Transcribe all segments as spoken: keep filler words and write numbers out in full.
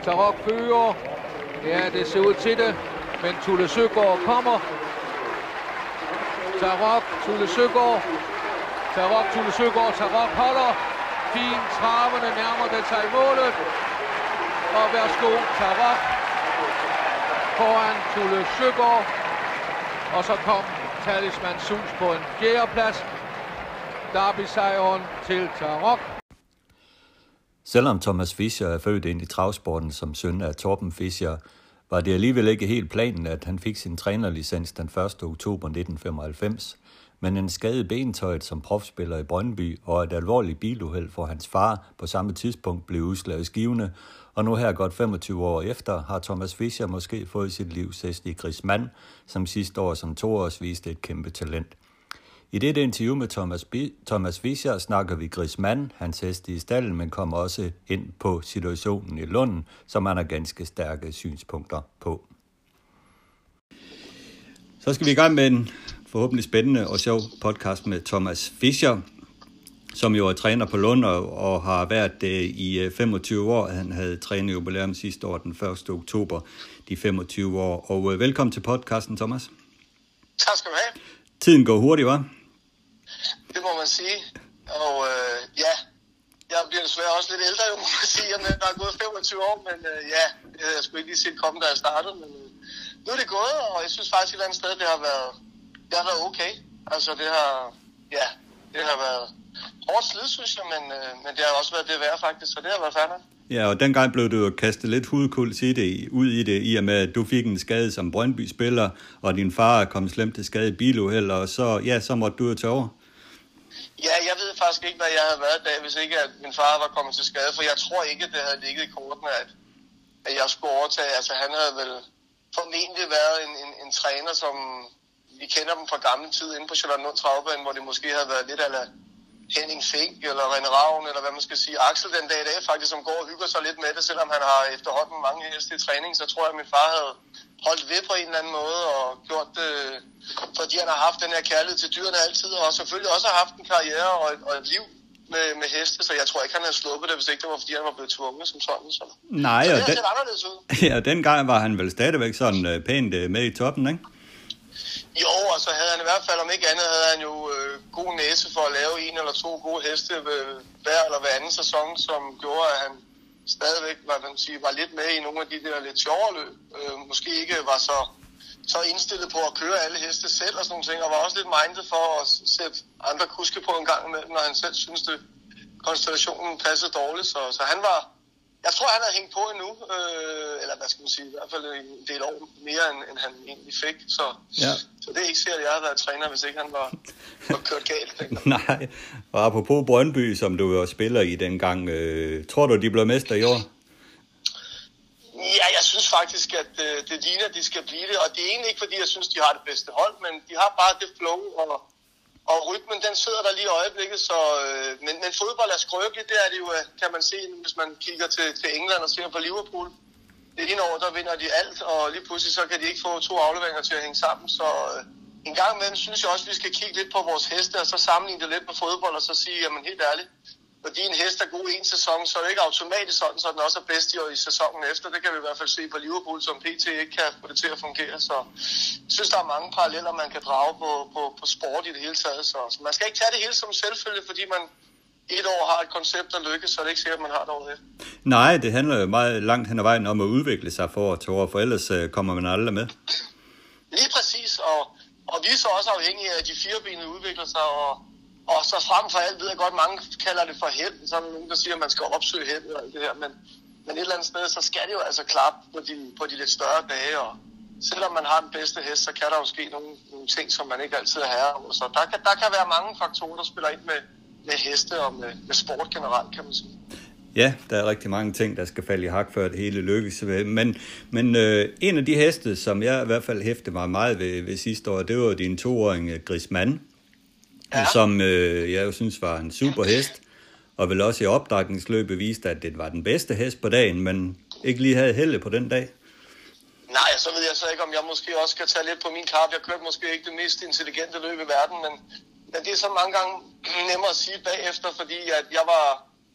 Tarok fører. Ja, det ser ud til det. Men Tulle Søgaard kommer. Tarok, Tulle Søgaard. Tarok, Tulle Søgaard. Tarok holder. Fint traverne nærmer det sig i målet. Og værsgo, Tarok foran Tulle Søgaard. Og så kom Talisman Sus på en fjerdeplads. Derby-sejren til Tarok. Selvom Thomas Fischer er født ind i travsporten som søn af Torben Fischer, var det alligevel ikke helt planen, at han fik sin trænerlicens den første oktober nitten femoghalvfems, men en skadet bentøjet som profspiller i Brøndby og et alvorligt biluheld for hans far på samme tidspunkt blev udslagsgivende, og nu her godt femogtyve år efter har Thomas Fischer måske fået sit livs hest i Gris Mand, som sidste år som toårs viste et kæmpe talent. I dette interview med Thomas, B- Thomas Fischer snakker vi Gris Mand, hans hest i stallen, men kommer også ind på situationen i Lunden, som han har ganske stærke synspunkter på. Så skal vi i gang med en forhåbentlig spændende og sjov podcast med Thomas Fischer, som jo er træner på Lund og har været det i femogtyve år. Han havde trænet jubilæum sidste år den første oktober, de femogtyve år. Og velkommen til podcasten, Thomas. Tak skal du have. Tiden går hurtigt, hva'? Det må man sige. Og øh, ja, jeg bliver desværre også lidt ældre, jo, må man sige. Jeg er gået femogtyve år, men øh, ja, det havde jeg sgu ikke lige set komme, da jeg startede. Men øh, nu er det gået, og jeg synes faktisk et eller andet sted, det har været, det har været okay. Altså det har, ja, det har været hårdt slid, synes jeg, men, øh, men det har også været det værd faktisk, så det har været færdigt. Ja, og dengang blev du jo kastet lidt hudkuls i det, ud i det, i og med, at du fik en skade som Brøndby-spiller, og din far kom slemt til skade i biluheld, og så, ja, så måtte du jo tage over. Ja, jeg ved faktisk ikke, hvad jeg havde været i dag, hvis ikke at min far var kommet til skade, for jeg tror ikke, det havde ligget i kortene, at, at jeg skulle overtage. Altså han havde vel formentlig været en, en, en træner, som vi kender dem fra gamle tid inde på Charlottenlund Travbane, hvor det måske havde været lidt ala Henning Fink eller René Ravn, eller hvad man skal sige. Axel den dag i dag faktisk, som går og hygger sig lidt med det, selvom han har efterhånden mange heste i træning, så tror jeg, at min far havde holdt ved på en eller anden måde og gjort det, fordi han har haft den her kærlighed til dyrene altid, og selvfølgelig også har haft en karriere og et, og et liv med, med heste, så jeg tror ikke, han havde sluppet det, hvis ikke det var, fordi han var blevet tvunget som sådan. Så, Nej, så det og har den, set anderledes ud. Ja, dengang var han vel stadigvæk sådan uh, pænt uh, med i toppen, ikke? Jo, og så havde han i hvert fald, om ikke andet, havde han jo øh, god næse for at lave en eller to gode heste ved, hver eller hver anden sæson, som gjorde, at han stadigvæk hvad man siger, var lidt med i nogle af de der lidt sjovere løb. Øh, måske ikke var så, så indstillet på at køre alle heste selv og sådan nogle ting, og var også lidt minded for at sætte andre kuske på en gang imellem, når han selv syntes, det konstellationen passede dårligt. Så, så han var, jeg tror, han havde hængt på endnu, øh, eller hvad skal man sige, i hvert fald en del år mere, end, end han egentlig fik. Så, ja. så det er ikke sikkert, at jeg havde været træner, hvis ikke han var, var kørt galt. Nej, og apropos Brøndby, som du jo spiller i dengang, øh, tror du, de blev mester i år? Ja, jeg synes faktisk, at øh, det ligner, at de skal blive det, og det er egentlig ikke, fordi jeg synes, de har det bedste hold, men de har bare det flow, og Og rytmen, den sidder der lige i øjeblikket, så, øh, men, men fodbold er skrøbeligt, det er det jo, kan man se, hvis man kigger til, til England og ser på Liverpool. Det er lige år, der vinder de alt, og lige pludselig så kan de ikke få to afleveringer til at hænge sammen, så øh, en gang imellem synes jeg også, at vi skal kigge lidt på vores heste, og så sammenligne det lidt med fodbold, og så sige, jamen helt ærligt, fordi en hest er god en sæson, så er det ikke automatisk sådan, så den også er bedst i, i sæsonen efter. Det kan vi i hvert fald se på Liverpool, som P T ikke kan få det til at fungere. Så jeg synes, der er mange paralleller, man kan drage på, på, på sport i det hele taget. Så, så man skal ikke tage det hele som selvfølge, fordi man et år har et koncept, der lykkes, så er det ikke sikkert, at man har det året efter. Nej, det handler jo meget langt hen ad vejen om at udvikle sig for år til år, for ellers uh, kommer man aldrig med. Lige præcis, og, og vi er så også afhængige af, at de firebenede udvikler sig, og Og så frem for alt ved jeg godt, mange kalder det for held. Så er der nogen, der siger, at man skal opsøge held og alt det her. Men, men et eller andet sted, så skal det jo altså klappe på de, på de lidt større dage. Og selvom man har den bedste hest, så kan der jo ske nogle, nogle ting, som man ikke altid er herre over. Så der kan, der kan være mange faktorer, der spiller ind med, med heste og med, med sport generelt, kan man sige. Ja, der er rigtig mange ting, der skal falde i hak, før det hele lykkes. Men, men øh, en af de heste, som jeg i hvert fald hæftede mig meget ved, ved sidste år, det var din toåring Gris Mand. Ja. Som øh, jeg jo synes var en super hest, og vel også i opdrækningsløbet viste, at det var den bedste hest på dagen, men ikke lige havde held på den dag. Nej, så ved jeg så ikke, om jeg måske også skal tage lidt på min kap. Jeg kørte måske ikke det mest intelligente løb i verden, men, men det er så mange gange nemmere at sige bagefter, fordi at jeg var,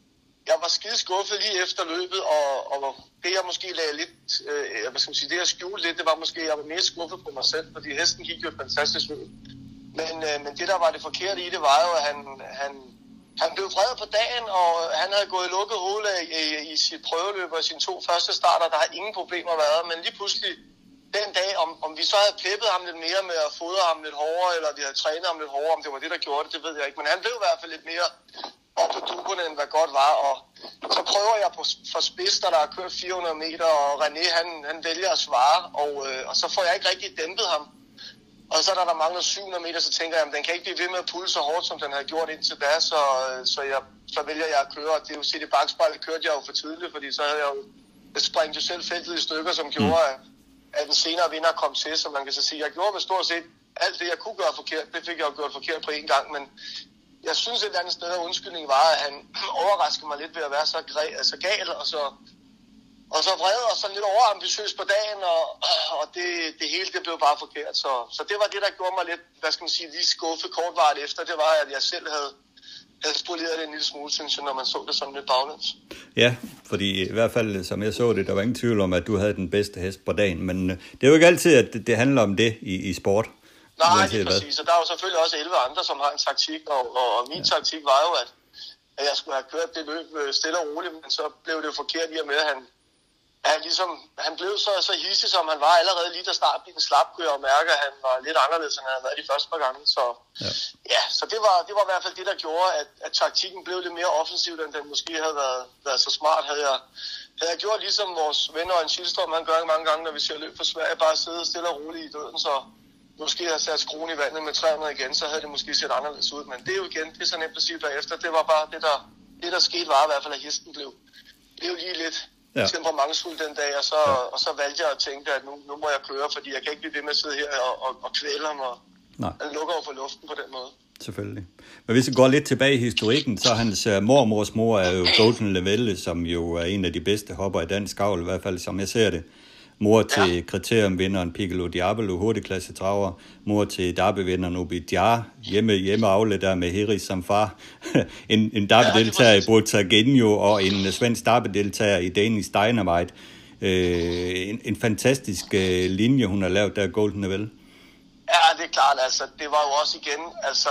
jeg var skide skuffet lige efter løbet, og, og det jeg måske lagde lidt, øh, hvad skal man sige, det jeg skjulte lidt, det var måske, jeg var mere skuffet på mig selv, fordi hesten gik jo fantastisk ud. Men, øh, men det der var det forkerte i det, var jo, at han, han, han blev vred på dagen, og han havde gået i lukket hovedlag i, i sit prøveløb og sine to første starter, der har ingen problemer været, men lige pludselig den dag, om, om vi så havde peppet ham lidt mere med at fodre ham lidt hårdere, eller vi havde trænet ham lidt hårdere, om det var det, der gjorde det, det ved jeg ikke, men han blev i hvert fald lidt mere op på duberne, end hvad godt var, og så prøver jeg på, for spids, der har kørt fire hundrede meter, og René, han, han vælger at svare, og, øh, og så får jeg ikke rigtig dæmpet ham. Og så da der mangler syv hundrede meter, så tænker jeg, at den kan ikke blive ved med at pulle så hårdt, som den havde gjort indtil da, så, så, jeg, så vælger jeg at køre, og det er jo set i bagspejlet, kørte jeg jo for tidligt, fordi så havde jeg jo sprængt jo selv feltet i stykker, som gjorde, at, at den senere vinder kom til, så man kan så sige, jeg gjorde med stort set alt det, jeg kunne gøre forkert, det fik jeg jo gjort forkert på én gang, men jeg synes et eller andet sted, at undskyldningen var, at han overraskede mig lidt ved at være så, gre- altså gal, og så, og så vred, og så lidt overambitiøs på dagen, og, og det, det hele det blev bare forkert. Så, så det var det, der gjorde mig lidt, hvad skal man sige, lige skuffet kortvarigt efter, det var, at jeg selv havde, havde spoleret det en lille smule, synes jeg, når man så det sådan lidt baglæns. Ja, fordi i hvert fald, som jeg så det, der var ingen tvivl om, at du havde den bedste hest på dagen, men det er jo ikke altid, at det, det handler om det i, i sport. Nej, det er præcis, og der er jo selvfølgelig også elleve andre, som har en taktik, og, og, og min ja. taktik var jo, at, at jeg skulle have kørt det løb stille og roligt, men så blev det jo forkert i og med, at han, han, ligesom, han blev så, så hissig, som han var allerede lige da startbilen slap, kunne jeg mærke, at han var lidt anderledes, end han havde været de første par gange. Så ja, ja så det var, det var i hvert fald det, der gjorde, at, at taktikken blev lidt mere offensiv, end den måske havde været, været så smart. Havde jeg, havde jeg gjort ligesom vores venner og en Schildstrøm, han gør mange gange, når vi ser løb for Sverige, bare sidde stille og roligt i døden, så måske havde sat skruen i vandet med tre hundrede igen, så havde det måske set anderledes ud. Men det er jo igen, det er så nemt at sige bagefter. Det var bare det, der, det, der skete, var i hvert fald, at hesten blev, blev lige lidt ja. temperamentsfuld den dag. Og så, ja. og så valgte jeg at tænke, at nu, nu må jeg køre, fordi jeg kan ikke blive ved med at sidde her og, og, og kvæle ham. Og han lukker over for luften på den måde. Selvfølgelig. Men hvis vi går lidt tilbage i historikken, så hans uh, mormors mor er jo Golden Lavelle, som jo er en af de bedste hopper i dansk avl, i hvert fald som jeg ser det. Mor til ja. kriteriumvinderen Piccolo Diabolo, hurtigklasse traver. Mor til derbyvinderen Obidjar, hjemme, hjemme afle der med Heris som far. en en derbydeltager ja, i Botagenio og en svensk derbydeltager i Danish Dynamite. Øh, en, en fantastisk øh, linje, hun har lavet der, Golden Lavelle. Ja, det er klart. Altså, det var jo også igen, altså,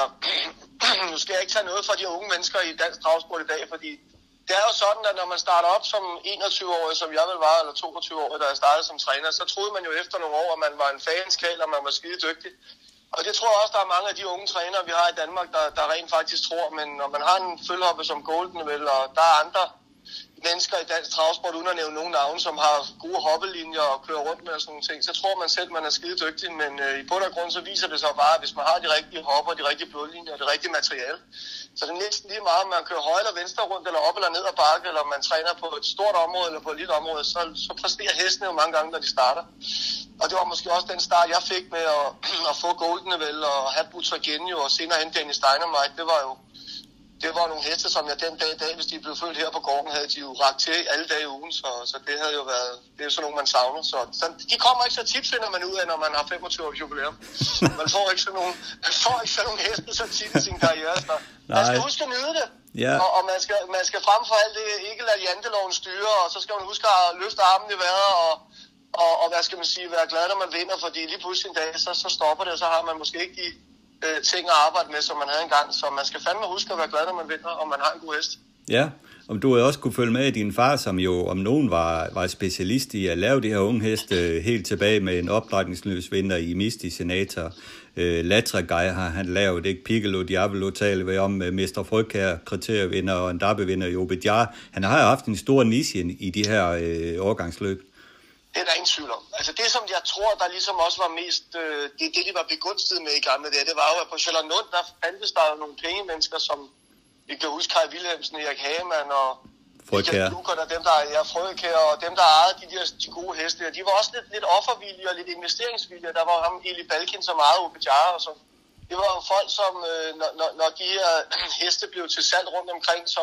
nu skal jeg ikke tage noget fra de unge mennesker i dansk travsport i dag, fordi det er jo sådan, at når man starter op som enogtyve-årig, som jeg vel var, eller toogtyve-årig, da jeg startede som træner, så troede man jo efter nogle år, at man var en fanskal, og man var skide dygtig. Og det tror jeg også, der er mange af de unge trænere, vi har i Danmark, der, der rent faktisk tror, men når man har en følgehoppe som Golden vel, og der er andre mennesker i dansk travsport, uden at nævne nogen navne, som har gode hoppelinjer og kører rundt med og sådan nogle ting, så tror man selv, man er skide dygtig, men øh, i bund og grund så viser det sig bare, at hvis man har de rigtige hopper, de rigtige blodlinjer og det rigtige materiale, så det er næsten lige meget, om man kører højre eller venstre rundt, eller op eller ned ad bakke, eller om man træner på et stort område eller på et lille område, så, så præsterer hestene jo mange gange, når de starter. Og det var måske også den start, jeg fik med at, at få Golden vel og have Botagenio og senere hen Danish Dynamite. Det var jo det var nogle heste, som jeg den dag i dag, hvis de blev født her på gården, havde de jo rakt til alle dage i ugen, så, så det havde jo været, det er jo sådan nogle, man savner. Så, så de kommer ikke så tit, finder man ud af, når man har femogtyve års jubilæum. Man får ikke sådan nogle, man får ikke sådan nogle heste så tit i sin karriere. Så man skal huske at nyde det, yeah. og, og man, skal, man skal frem for alt det, ikke lade janteloven styre, og så skal man huske at løfte armen i vejret, og, og, og hvad skal man sige, være glad, når man vinder, fordi lige pludselig en dag, så, så stopper det, og så har man måske ikke de ting at arbejde med, som man havde engang. Så man skal fandme huske at være glad, når man vinder, og man har en god hest. Ja, og du har også kunne følge med i din far, som jo om nogen var, var specialist i at lave de her unge heste helt tilbage med en opdrætningsløbsvinder i Misty Senator. Øh, Latraguy har han lavet, ikke? Piccolo Diabolo taler vi om, med Mester Frygkær, kriterievinder og en derbyvinder i Obidjar. Han har jo haft en stor niche i de her øh, årgangsløb. Det er der ingen tvivl om. Altså det, som jeg tror, der ligesom også var mest, øh, det, det de var begunstiget med i gamle dage, det var jo, at på Charlottenlund, der fandtes der nogle pengemennesker, som vi kan huske Kai Wilhelmsen, Erik Hagemann og Frøkær, og dem, der ja, Frøkær, og dem, der ejede de, der, de gode heste. De var også lidt, lidt offervillige og lidt investeringsvillige. Der var ham, Eli Balkin, som ejede Obidjar og sådan. Det var jo folk, som, øh, når, når, når de her heste blev til salg rundt omkring, som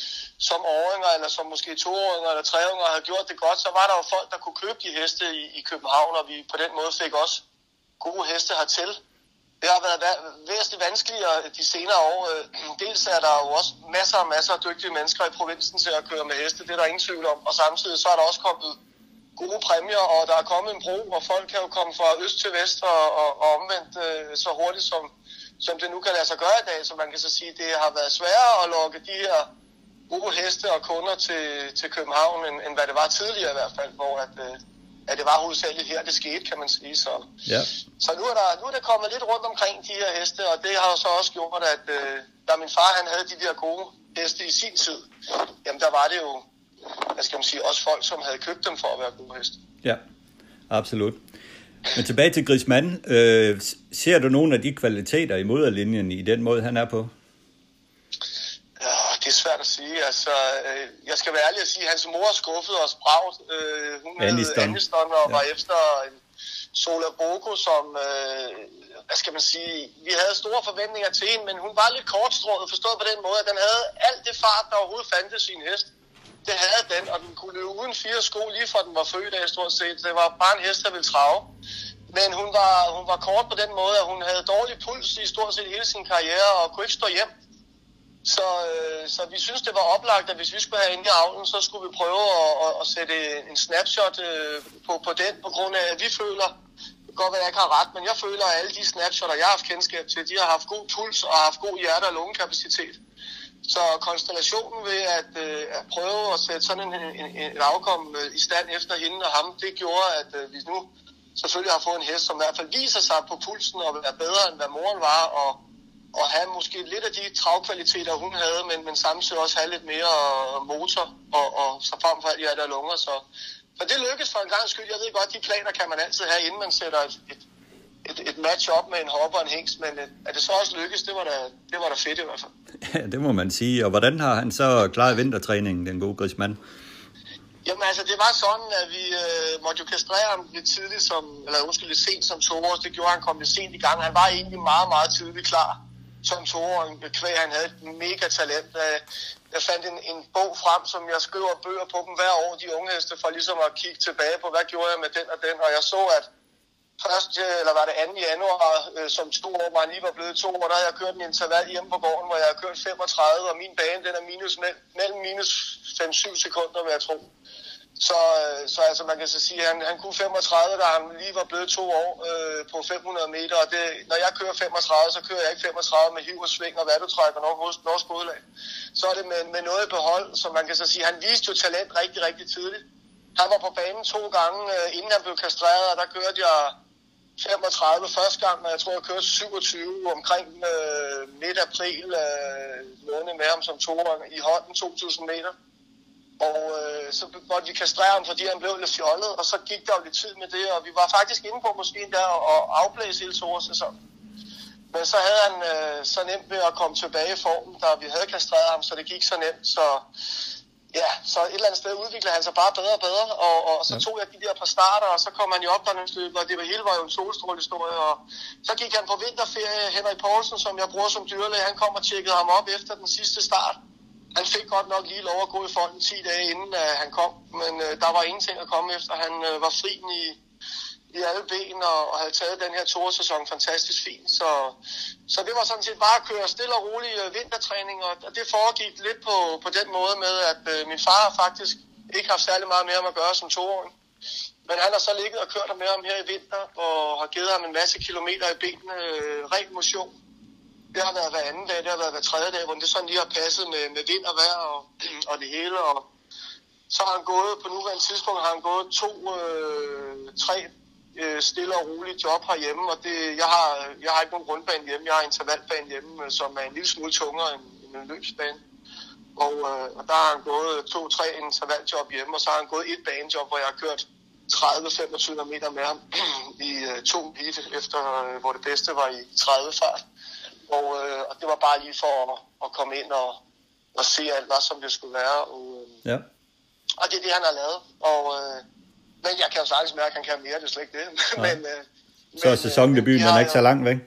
som åringer, eller som måske toåringer eller treåringer havde gjort det godt, så var der jo folk, der kunne købe de heste i, i København, og vi på den måde fik også gode heste hertil. Det har været væsentligt vanskeligere de senere år. Dels er der jo også masser og masser af dygtige mennesker i provinsen til at køre med heste, det er der ingen tvivl om. Og samtidig så er der også kommet gode præmier, og der er kommet en bro, og folk kan jo komme fra øst til vest og, og, og omvendt øh, så hurtigt, som, som det nu kan lade sig gøre i dag. Så man kan så sige, at det har været sværere at lokke de her gode heste og kunder til, til København, end, end hvad det var tidligere i hvert fald, hvor at, øh, at det var hovedsageligt her, det skete, kan man sige. Så, ja. så nu, er der, nu er der kommet lidt rundt omkring de her heste, og det har jo så også gjort, at øh, da min far han havde de der gode heste i sin tid, jamen der var det jo, hvad skal man sige, også folk, som havde købt dem for at være gode heste. Ja, absolut. Men tilbage til Griezmann. Øh, ser du nogle af de kvaliteter i moderlinjen i den måde, han er på? Ja, det er svært at sige. Altså, øh, jeg skal være ærlig at sige, at hans mor skuffede os bragt. Øh, hun hed Aniston og ja. var efter en Sola Boko, som, øh, hvad skal man sige, vi havde store forventninger til hende, men hun var lidt kortstrået, forstået på den måde, at den havde alt det fart, der overhovedet fandtes i en hest. Det havde den, og den kunne løbe uden fire sko, lige fra den var født af stort set. Det var bare en hest, der ville trave. Men hun var, hun var kort på den måde, at hun havde dårlig puls i stort set hele sin karriere, og kunne ikke stå hjem. Så, øh, så vi synes, det var oplagt, at hvis vi skulle have ind i avlen, så skulle vi prøve at, at, at sætte en snapshot øh, på, på den, på grund af, at vi føler, det kan godt være, at jeg ikke har ret, men jeg føler, at alle de snapshotter, jeg har haft kendskab til, de har haft god puls og haft god hjerte- og lungekapacitet. Så konstellationen ved at, øh, at prøve at sætte sådan en, en, en afkom øh, i stand efter hende og ham, det gjorde, at øh, vi nu selvfølgelig har fået en hest, som i hvert fald viser sig på pulsen og er bedre, end hvad moren var, og, og have måske lidt af de travkvaliteter, hun havde, men, men samtidig også have lidt mere motor, og, og så frem for alt hjerte og lunger. Så, så det lykkes for en gang skyld. Jeg ved godt, de planer kan man altid have, inden man sætter et, et, et, et match op med en hopper og en hingst, men at det så også lykkes, det var da, det var da fedt i hvert fald. Ja, det må man sige. Og hvordan har han så klaret vintertræningen, den gode Griezmann? Jamen altså, det var sådan, at vi øh, måtte jo kastrere ham lidt tidligt, som, eller undskyld, lidt sent som toårs. Det gjorde, han kom lidt sent i gang. Han var egentlig meget, meget tidligt klar som toåring. Kvæg, han havde et mega talent. Jeg fandt en, en bog frem, som jeg skriver bøger på dem hver år, de unge heste, for ligesom at kigge tilbage på, hvad gjorde jeg med den og den. Og jeg så, at først, eller var det anden januar, øh, som to år, hvor han lige var blevet to år, der havde jeg kørt en interval hjemme på gården, hvor jeg har kørt femogtredive, og min bane, den er minus, mellem minus fem til syv sekunder, vil jeg tro. Så, øh, så altså, man kan så sige, at han, han kunne femogtredive, da han lige var blevet to år øh, på fem hundrede meter, og det, når jeg kører femogtredive, så kører jeg ikke femogtredive med hiv og sving og hvad du trækker nok hos norsk hovedlag. Så er det med, med noget i behold, så man kan så sige, han viste jo talent rigtig, rigtig tidligt. Han var på banen to gange, øh, inden han blev kastreret, og der kørte jeg femogtredive første gang, og jeg tror, jeg kørte syvogtyve omkring øh, midt april øh, måned med ham som toåring i hånden, to tusind meter. Og øh, så måtte vi kastrere ham, fordi han blev lidt fjollet, og så gik der jo lidt tid med det, og vi var faktisk inde på måske endda at afblæse hele toårssæsonen. Men så havde han øh, så nemt ved at komme tilbage i formen, da vi havde kastreret ham, så det gik så nemt, så ja, så et eller andet sted udviklede han sig bare bedre og bedre, og, og så tog jeg de der par starter, og så kom han i opdagningsløb, og det hele var jo en solstrålehistorie, og så gik han på vinterferie. Henrik Poulsen, som jeg bruger som dyrlæge, han kom og tjekkede ham op efter den sidste start. Han fik godt nok lige lov at gå i folden ti dage inden uh, han kom, men uh, der var ingenting at komme efter. Han uh, var fri i, i alle ben og, og havde taget den her toårssæson fantastisk fint. Så, så det var sådan set bare at køre stille og rolig uh, vintertræning, og, og det foregik lidt på, på den måde med, at uh, min far faktisk ikke haft særlig meget mere med at gøre som toåring. Men han har så ligget og kørt med ham her i vinter, og har givet ham en masse kilometer i benene, uh, ren motion. Det har været hver anden dag, det har været hver tredje dag, hvor det sådan lige har passet med, med vind og vejr og, og det hele. Og så har han gået, på nuværende tidspunkt har han gået to, øh, tre øh, stille og rolige job herhjemme. Og det, jeg, har, jeg har ikke nogen rundbane hjemme, jeg har en intervalbane hjemme, som er en lille smule tungere end, end en løbsbane. Og, øh, og der har han gået to-tre intervaljob hjemme, og så har han gået et banejob, hvor jeg har kørt tredive til femogtyve meter med ham i øh, to heat, efter øh, hvor det bedste var i tredive fart. Og, øh, og det var bare lige for at, at komme ind og, og se alt, hvad som det skulle være. Og, øh, ja. og det er det, han har lavet. Og, øh, men jeg kan jo sagtens mærke, at han kan mere, det er slet ikke det. men, øh, så er sæsondebuten øh, ikke så langt væk?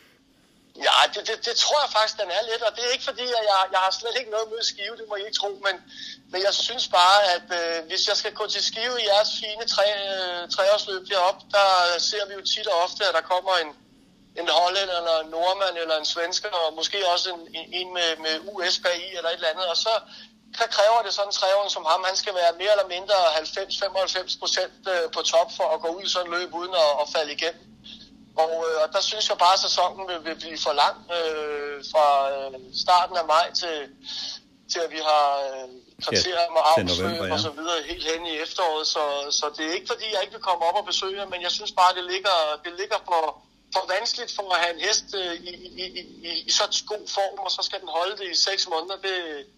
Ja, det, det, det tror jeg faktisk, den er lidt. Og det er ikke fordi, at jeg, jeg har slet ikke noget mod Skive, det må I ikke tro. Men, men jeg synes bare, at øh, hvis jeg skal gå til Skive i jeres fine tre, øh, treårsløb deroppe, der ser vi jo tit og ofte, at der kommer en en hollænder, eller en nordmand, eller en svensker, og måske også en, en med, med U S bag i, eller et eller andet. Og så, så kræver det sådan en treåring som ham, han skal være mere eller mindre halvfems til femoghalvfems procent på top for at gå ud i sådan en løb uden at, at falde igennem. Og, og der synes jeg bare, at sæsonen vil, vil blive for lang øh, fra øh, starten af maj til, til at vi har øh, kriterier med afsløb ja. og så videre helt hen i efteråret. Så, så det er ikke fordi, jeg ikke vil komme op og besøge, men jeg synes bare, det ligger, det ligger for, for vanskeligt for at have en hest øh, i, i, i, i, i så god form, og så skal den holde det i seks måneder. Det,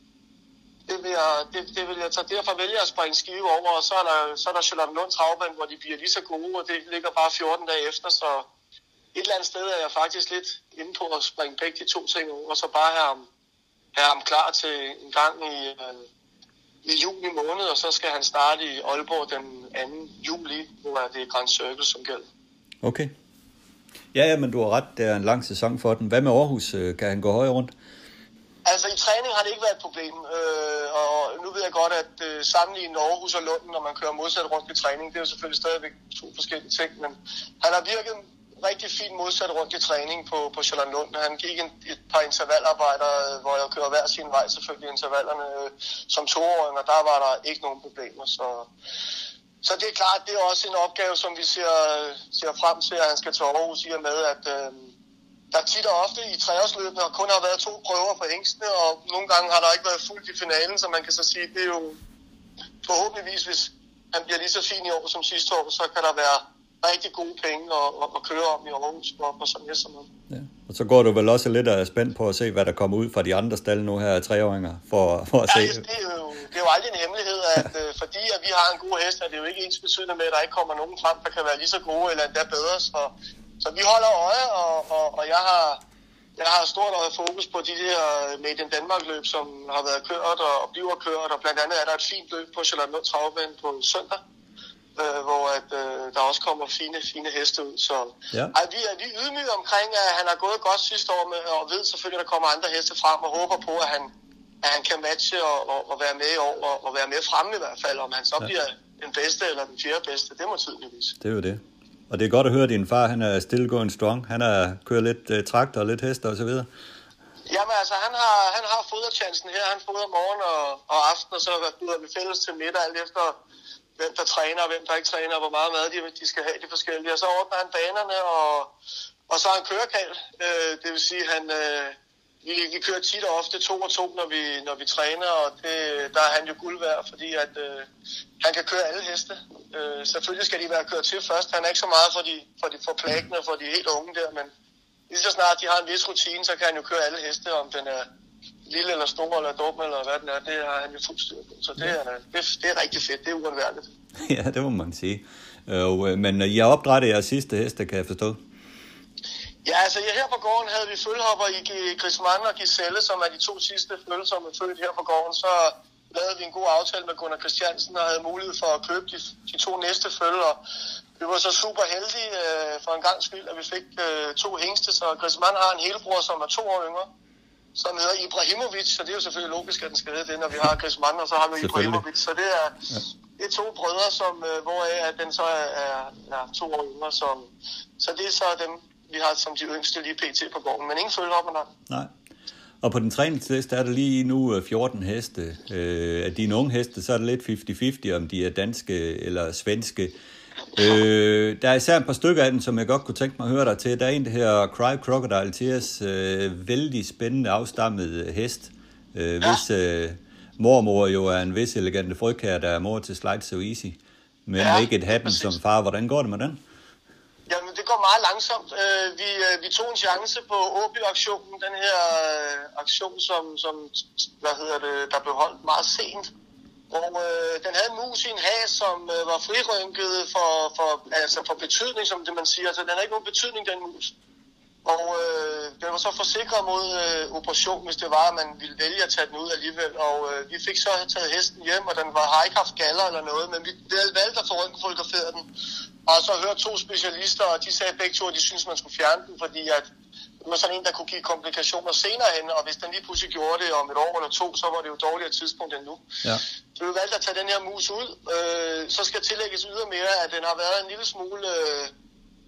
det, vil jeg, det, det vil jeg tage. Derfor vælger jeg at springe Skive over, og så er der, så er der Charlottenlund Travbane, hvor de bliver lige så gode, og det ligger bare fjorten dage efter, så et eller andet sted er jeg faktisk lidt inde på at springe begge de to ting over, og så bare have ham, have ham klar til en gang i, øh, i juni måned, og så skal han starte i Aalborg den anden juli, hvor det er Grand Circle som gælder. Okay. Ja, ja, men du har ret, det er en lang sæson for den. Hvad med Aarhus? Kan han gå højere rundt? Altså i træning har det ikke været et problem, øh, og nu ved jeg godt, at øh, sammenligne Aarhus og Lunden, når man kører modsat rundt i træning, det er jo selvfølgelig stadigvæk to forskellige ting, men han har virket rigtig fint modsat rundt i træning på, på Charlottenlund. Han gik en, et par intervallarbejder, hvor jeg kører hver sin vej selvfølgelig intervallerne øh, som toåring, og der var der ikke nogen problemer. Så, så det er klart, det er også en opgave, som vi ser, ser frem til, at han skal til Aarhus, i og med, at øh, der tit og ofte i treårsløbene kun har været to prøver for hængstene, og nogle gange har der ikke været fuldt i finalen, så man kan så sige, det er jo forhåbentligvis, hvis han bliver lige så fin i år som sidste år, så kan der være rigtig gode penge at, at køre om i Aarhus på, på sådan en som ja. Og så går du vel også lidt af spændt på at se, hvad der kommer ud fra de andre stalle nu her af treåringer, for, for at ja, se. Det er, jo, det er jo aldrig en hemmelighed, at øh, fordi at vi har en god hest, er det jo ikke ens betydende med, at der ikke kommer nogen frem, der kan være lige så gode eller endda bedre. Så, så vi holder øje, og, og, og jeg har jeg har stort fokus på de der Made in Danmark løb, som har været kørt og, og bliver kørt, og blandt andet er der et fint løb på Charlottenlund Travbane på søndag, Øh, hvor at, øh, der også kommer fine, fine heste ud. Så ja. Ej, vi, er, vi er ydmyge omkring, at han har gået godt sidste år, med, og ved selvfølgelig, at der kommer andre heste frem, og håber på, at han, at han kan matche og, og, og være med i år, og, og være med fremme i hvert fald. Om han så ja. bliver den bedste eller den fjerde bedste, det må tiden vise. Det er jo det. Og det er godt at høre, at din far, han er still going strong. Han har kørt lidt uh, traktor og lidt hester og så videre. Jamen altså, han har, han har foderchancen her. Han fodrer morgen og, og aften, og så fodrer vi fælles til middag, alt efter hvem der træner, og hvem der ikke træner, og hvor meget mad de, de skal have, de forskellige. Og så ordner han banerne, og, og så har han kørekald. Øh, det vil sige, han, øh, vi, vi kører tit og ofte to og to, når vi, når vi træner, og det, der er han jo guld værd, fordi at, øh, han kan køre alle heste. Øh, selvfølgelig skal de være kørt til først. Han er ikke så meget for de, for de for plagene og for de helt unge der, men lige så snart de har en vis rutine, så kan han jo køre alle heste, om den er lille eller stor eller dum eller hvad den er, det har han jo fuldt styr på. Så det er, det, det er rigtig fedt, det er uundværligt. Ja, det må man sige. Øh, men I har opdrættet jeres sidste heste, kan jeg forstå? Ja, altså her på gården havde vi følhopper i Grismand og Giselle, som er de to sidste følge, som er født her på gården. Så lavede vi en god aftale med Gunnar Christiansen og havde mulighed for at købe de, de to næste følge. Og vi var så super heldige øh, for en gang skyld, at vi fik øh, to hængste. Så Grismand har en helbror, som er to år yngre, som hedder Ibrahimovic, så det er jo selvfølgelig logisk, at den skal hedde det, når vi har Grismand, og så har vi Ibrahimovic. Så det er, ja. det er to brødre, som, øh, hvoraf at den så er, er, er to år yngre. Så, så det er så dem, vi har som de yngste lige pt. På gården, men ingen følger nej. Nej. Og på den træningsliste er der lige nu fjorten heste. Øh, af dine unge heste, så er det lidt halvtreds halvtreds, om de er danske eller svenske. Øh, der er især et par stykker af dem, som jeg godt kunne tænke mig at høre dig til. Der er en, der her Cry Crocodile Tears, øh, vældig spændende afstammet hest, øh, ja. hvis øh, mormor jo er en vis elegante frøkær, der er mor til Slide So Easy, men ja, ikke et hatten som far. Hvordan går det med den? Jamen, det går meget langsomt. Øh, vi, øh, vi tog en chance på Åby-aktionen, den her øh, aktion, som, som hvad hedder det, der blev holdt meget sent. Og øh, den havde en mus i en has, som øh, var frirynket for, for, altså for betydning, som det man siger. Altså, den har ikke nogen betydning, den mus. Og øh, den var så forsikret mod øh, operation, hvis det var, at man ville vælge at tage den ud alligevel. Og øh, vi fik så taget hesten hjem, og den var, har ikke haft galler eller noget, men vi valgte at få røntgenfotograferet den. Og så hørte to specialister, og de sagde begge to, at de syntes, man skulle fjerne den, fordi at det var sådan en, der kunne give komplikationer senere hen, og hvis den lige pludselig gjorde det om et år eller to, så var det jo dårligere tidspunkt end nu. Ja. Så vi valgte at tage den her mus ud. Øh, så skal tillægges ydermere, at den har været en lille smule øh,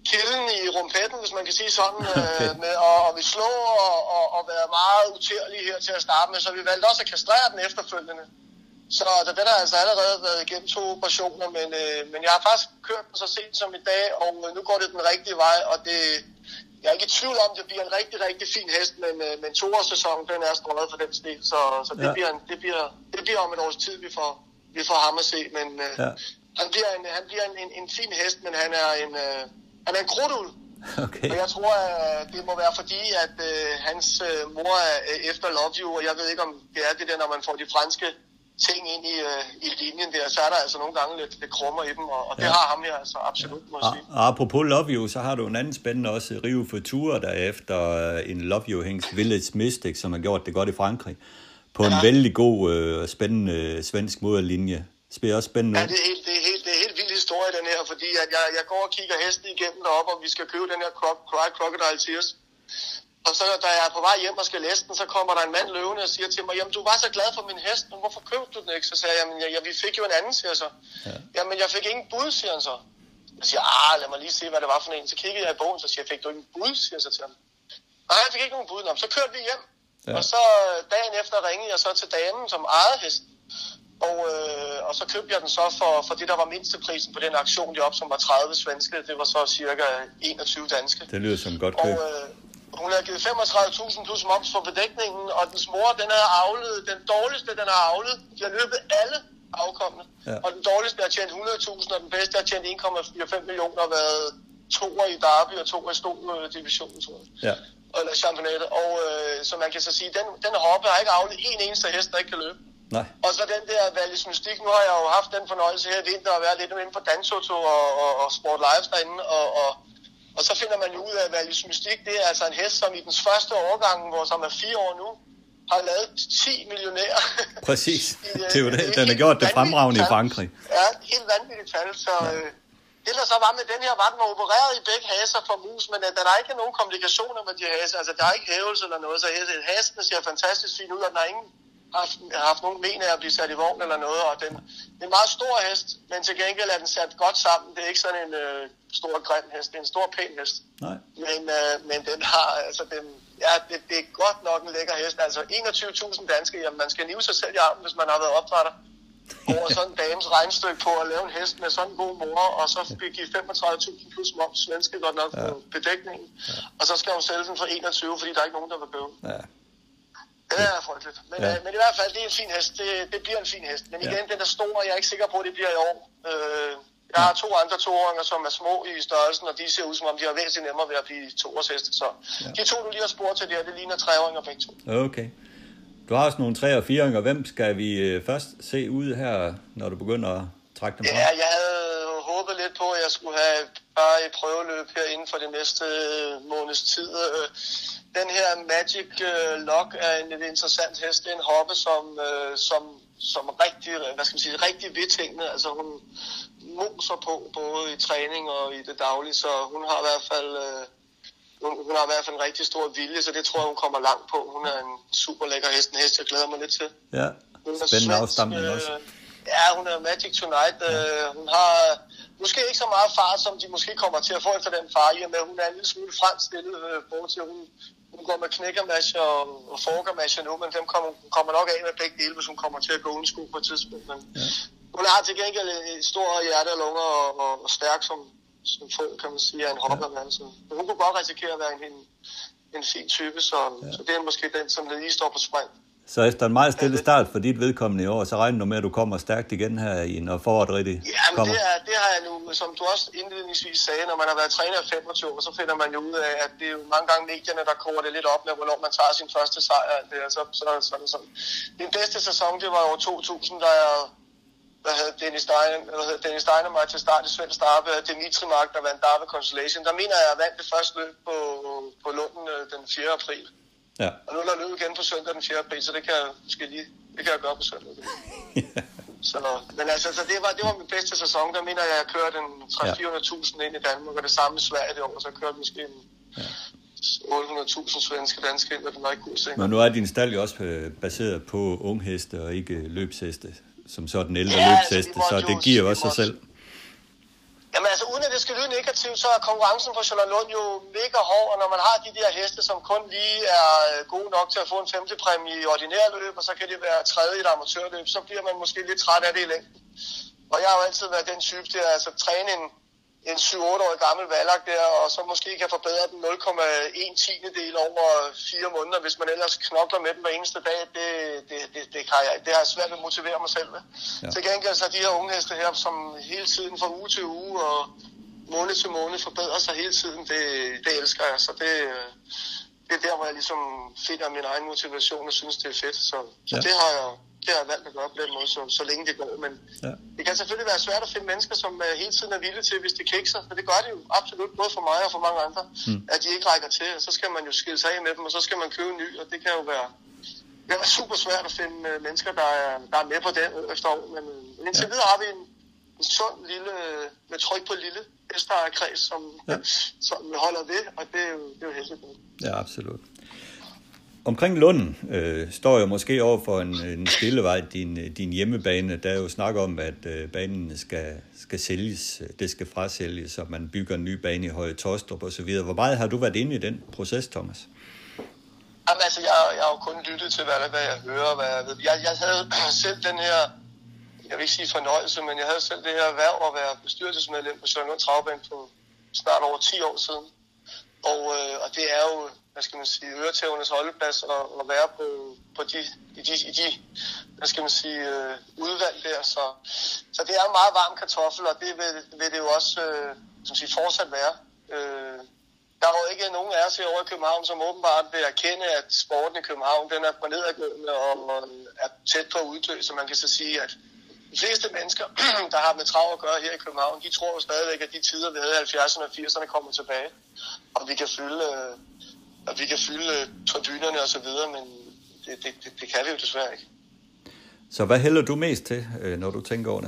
kilden i rumpetten, hvis man kan sige sådan, okay. øh, med at, at vi slå og, og, og være meget utærlige her til at starte med, så vi valgte også at kastrere den efterfølgende. Så den har altså allerede været igennem to operationer, men, øh, men jeg har faktisk kørt den så sent som i dag, og nu går det den rigtige vej, og det, jeg er ikke i tvivl om, det bliver en rigtig, rigtig fin hest, men, øh, men toårssæsonen, den er strøget for den stil, så, så det, ja. bliver en, det, bliver, det bliver om et års tid, vi får, vi får ham at se, men øh, ja. han bliver, en, han bliver en, en, en fin hest, men han er en, øh, han er en krudtul. Okay. Og jeg tror, at det må være fordi, at øh, hans øh, mor er øh, efter Love You, og jeg ved ikke, om det er det der, når man får de franske ting ind i, øh, i linjen der, så er der altså nogle gange lidt, lidt krummer i dem, og, og det ja. har ham her altså absolut, må jeg sige. Og apropos Love You, så har du en anden spændende også, Rio Futura, der efter en Love You-hængst, Village Mystic, som har gjort det godt i Frankrig, på ja. en vældig god, øh, spændende svensk moderlinje. Det bliver også spændende. Ja, det er helt, det er helt, det er helt vild historie, den her, fordi at jeg, jeg går og kigger hesten igennem deroppe, og vi skal købe den her Cry Crocodile Tears. Og så da jeg er på vej hjem og skal læse den, så kommer der en mand løvende og siger til mig, jamen du var så glad for min hest, men hvorfor købte du den ikke? Så sagde jeg, jamen ja, vi fik jo en anden, siger jeg så. Ja. Jamen jeg fik ingen bud, siger han så. Jeg siger, ah, lad mig lige se, hvad det var for en. Så kiggede jeg i bogen, så siger jeg, fik du ikke en bud, siger jeg så til ham. Nej, jeg fik ikke nogen bud. Nå, så kørte vi hjem. Ja. Og så dagen efter ringede jeg så til damen, som ejede hesten. Og, øh, og så købte jeg den så for, for det, der var mindsteprisen på den aktion, de op, som var tredive svenske. Det var så cirka enogtyve danske. Det lyder som et godt køb. Og, øh, hun havde givet femogtredive tusind plus moms for bedækningen, og dens mor, den havde avlet, den dårligste, den har avlet. De har løbet alle afkommende. Ja. Og den dårligste har tjent hundrede tusind, og den bedste har tjent en komma fire millioner og været toer i Derby og toer i Stol-divisionen, tror jeg. Ja. Eller championatet. Og øh, så man kan så sige, den, den hoppe har ikke avlet en eneste hest, der ikke kan løbe. Nej. Og så den der Vallis Mystik, nu har jeg jo haft den fornøjelse her i vinter at være lidt inde på Dansoto og, og, og Sport Live derinde, og, og, og så finder man jo ud af, at Vallis Mystik, det er altså en hest, som i dens første årgang, hvor som er fire år nu, har lavet ti millionærer. Præcis, det er jo det. Den har gjort det fremragende i Frankrig. Ja, helt vanvittigt tal, så... Ja. Øh, det der så var med den her, var den var opereret i begge haser for mus, men uh, der er ikke nogen komplikationer med de haser, altså der er ikke hævelse eller noget, så hasen ser fantastisk fint ud, og den har ingen haft, haft nogen men af at blive sat i vogn eller noget, og den, det er en meget stor hest, men til gengæld er den sat godt sammen. Det er ikke sådan en øh, stor grim hest, det er en stor pæn hest. Nej. Men, øh, men den har, altså den, ja, det, det er godt nok en lækker hest. Altså enogtyve tusind danske, jamen man skal nive sig selv i armen, hvis man har været opdrætter. Over sådan en dames regnstykke på at lave en hest med sådan en god mor, og så fik I femogtredive tusind plus moms, svenske godt nok på ja. bedækningen. Ja. Og så skal hun sælge den for enogtyve, fordi der er ikke nogen, der vil købe. Ja. Det er frygteligt. Men, ja. øh, men i hvert fald, det er en fin hest. Det, det bliver en fin hest. Men igen, ja. den er stor, og jeg er ikke sikker på, at det bliver i år. Øh, jeg har to andre toåringer, som er små i størrelsen, og de ser ud, som om de har væsentligt nemmere ved at blive toårsheste. Så ja. de to, du lige har spurgt til det her, det ligner treåringer begge to. Okay. Du har også nogle tre- og fireåringer. Hvem skal vi først se ud her, når du begynder at trække dem fra? Ja, jeg havde håbet lidt på, at jeg skulle have bare et prøveløb her inden for det næste måneds tid. Den her Magic Lock er en lidt interessant hest. Det er en hoppe, som, som, som rigtig, hvad skal man sige, rigtig ved tingene. Altså hun moser på, både i træning og i det daglige, så hun har i hvert fald... Hun, hun har i hvert fald en rigtig stor vilje, så det tror jeg, hun kommer langt på. Hun er en super lækker hest, en hest, jeg glæder mig lidt til. Ja, spændende afstamning øh, også. Ja, hun er Magic Tonight. Ja. Øh, hun har måske ikke så meget fart, som de måske kommer til at få efter den far, men hun er en lille smule fremstillet øh, forhold til, hun, hun går med knækkermasher og, og forkermasher nu, men dem kommer, hun kommer nok af med begge dele, hvis hun kommer til at gå uden sko på et tidspunkt. Men ja. Hun har til gengæld et stort hjerte og lunger og, og, og stærk som som få, kan man sige, er en hoppermand. Ja. Hun kunne godt risikere at være en, en, en fin type, så, ja. så det er måske den, som lige står på spring. Så efter en meget stille start for dit vedkommende i år, så regner du med, at du kommer stærkt igen her, i, når foråret rigtig Jamen, kommer? Det, er, det har jeg nu, som du også indledningsvis sagde, når man har været træner i femogtyve år, så finder man jo ud af, at det er jo mange gange medierne, der koger det lidt op med, hvornår man tager sin første sejr. Det er, så, så, så, så, så. Min bedste sæson, det var år to tusind, da jeg hvad havde Dennis Steiner, hvad havde Dennis Steiner mig til start i Svensk Derby, og Dimitri Mark, der vandt Derby Constellation. Der mener jeg, at jeg vandt det første løb på, på Lunden den fjerde april. Ja. Og nu er der løb igen på søndag den fjerde april, så det kan jeg måske lige, det kan jeg gøre på søndag. Ja. Så, men altså, så det var, det var min bedste sæson. Der mener jeg, at jeg kørte en tre hundrede til fire hundrede tusind ind i Danmark, og det samme i Sverige det år, så jeg kørte måske en ja. otte hundrede tusind svenske danske ind, og den var ikke god ting. Men nu er din stald jo også baseret på ungheste og ikke løbsheste, som så den ældre ja, løbsheste, altså, så det giver jo også sig selv. Jamen altså, uden at det skal lyde negativt, så er konkurrencen på Charlottenlund jo mega hård, og når man har de der heste, som kun lige er gode nok til at få en femtepræmie i ordinære løb, og så kan det være tredje i et amatørløb, så bliver man måske lidt træt af det i længden. Og jeg har jo altid været den type, der altså træne en, en syv otte årig gammel valak der, og så måske kan forbedre den nul komma en tiendedel over fire måneder, hvis man ellers knokler med den hver eneste dag. Det, det, det, det, kan jeg, det har jeg svært ved at motivere mig selv med. Ja. Til gengæld så de her unge heste her, som hele tiden fra uge til uge og måned til måned forbedrer sig hele tiden, det, det elsker jeg. Så det, det er der, hvor jeg ligesom finder min egen motivation og synes, det er fedt. Så, så ja. det har jeg det har jeg valgt at gøre på den måde, så, så længe det går. Men ja. Det kan selvfølgelig være svært at finde mennesker, som uh, hele tiden er villige til, hvis det kikser. For det gør det jo absolut, både for mig og for mange andre, mm. at de ikke rækker til. Og så skal man jo skille sig af med dem, og så skal man købe en ny. Og det kan jo være, det kan være super svært at finde uh, mennesker, der er, der er med på den efter år. Men uh, indtil ja. videre har vi en, en sund lille, med tryk på lille hesteejerkreds, som, ja. som holder ved, og det er jo, det er jo heldigt. Ja, absolut. Omkring Lunden øh, står jo måske over for en, en stillevej, din, din hjemmebane. Der er jo snak om, at øh, banen skal, skal sælges, det skal frasælges, og man bygger en ny bane i Høje Taastrup og så videre. Hvor meget har du været inde i den proces, Thomas? Jamen altså, jeg, jeg har jo kun lyttet til, hvad, hvad jeg hører, hvad jeg ved. Jeg, jeg havde selv den her, jeg vil ikke sige fornøjelse, men jeg havde selv det her erhverv at være bestyrelsesmedlem på Charlottenlund Travbane for snart over ti år siden. Og, øh, og det er jo, hvad skal man sige, øretævernes holdeplads og, og være på, på de, i, de, i de, hvad skal man sige, øh, udvalg der. Så, så det er en meget varm kartoffel, og det vil, vil det jo også øh, som sige, fortsat være. Øh, der er jo ikke nogen af os herovre i København, som åbenbart vil erkende, at sporten i København, den er på nedadgående og, og er tæt på at uddø, så man kan så sige, at de fleste mennesker, der har med trav at gøre her i København, de tror jo stadigvæk, at de tider, vi havde i halvfjerdserne og firserne, kommer tilbage. Og vi kan fylde, og vi kan fylde tribunerne og så videre, men det, det, det, det kan vi jo desværre ikke. Så hvad hælder du mest til, når du tænker over det?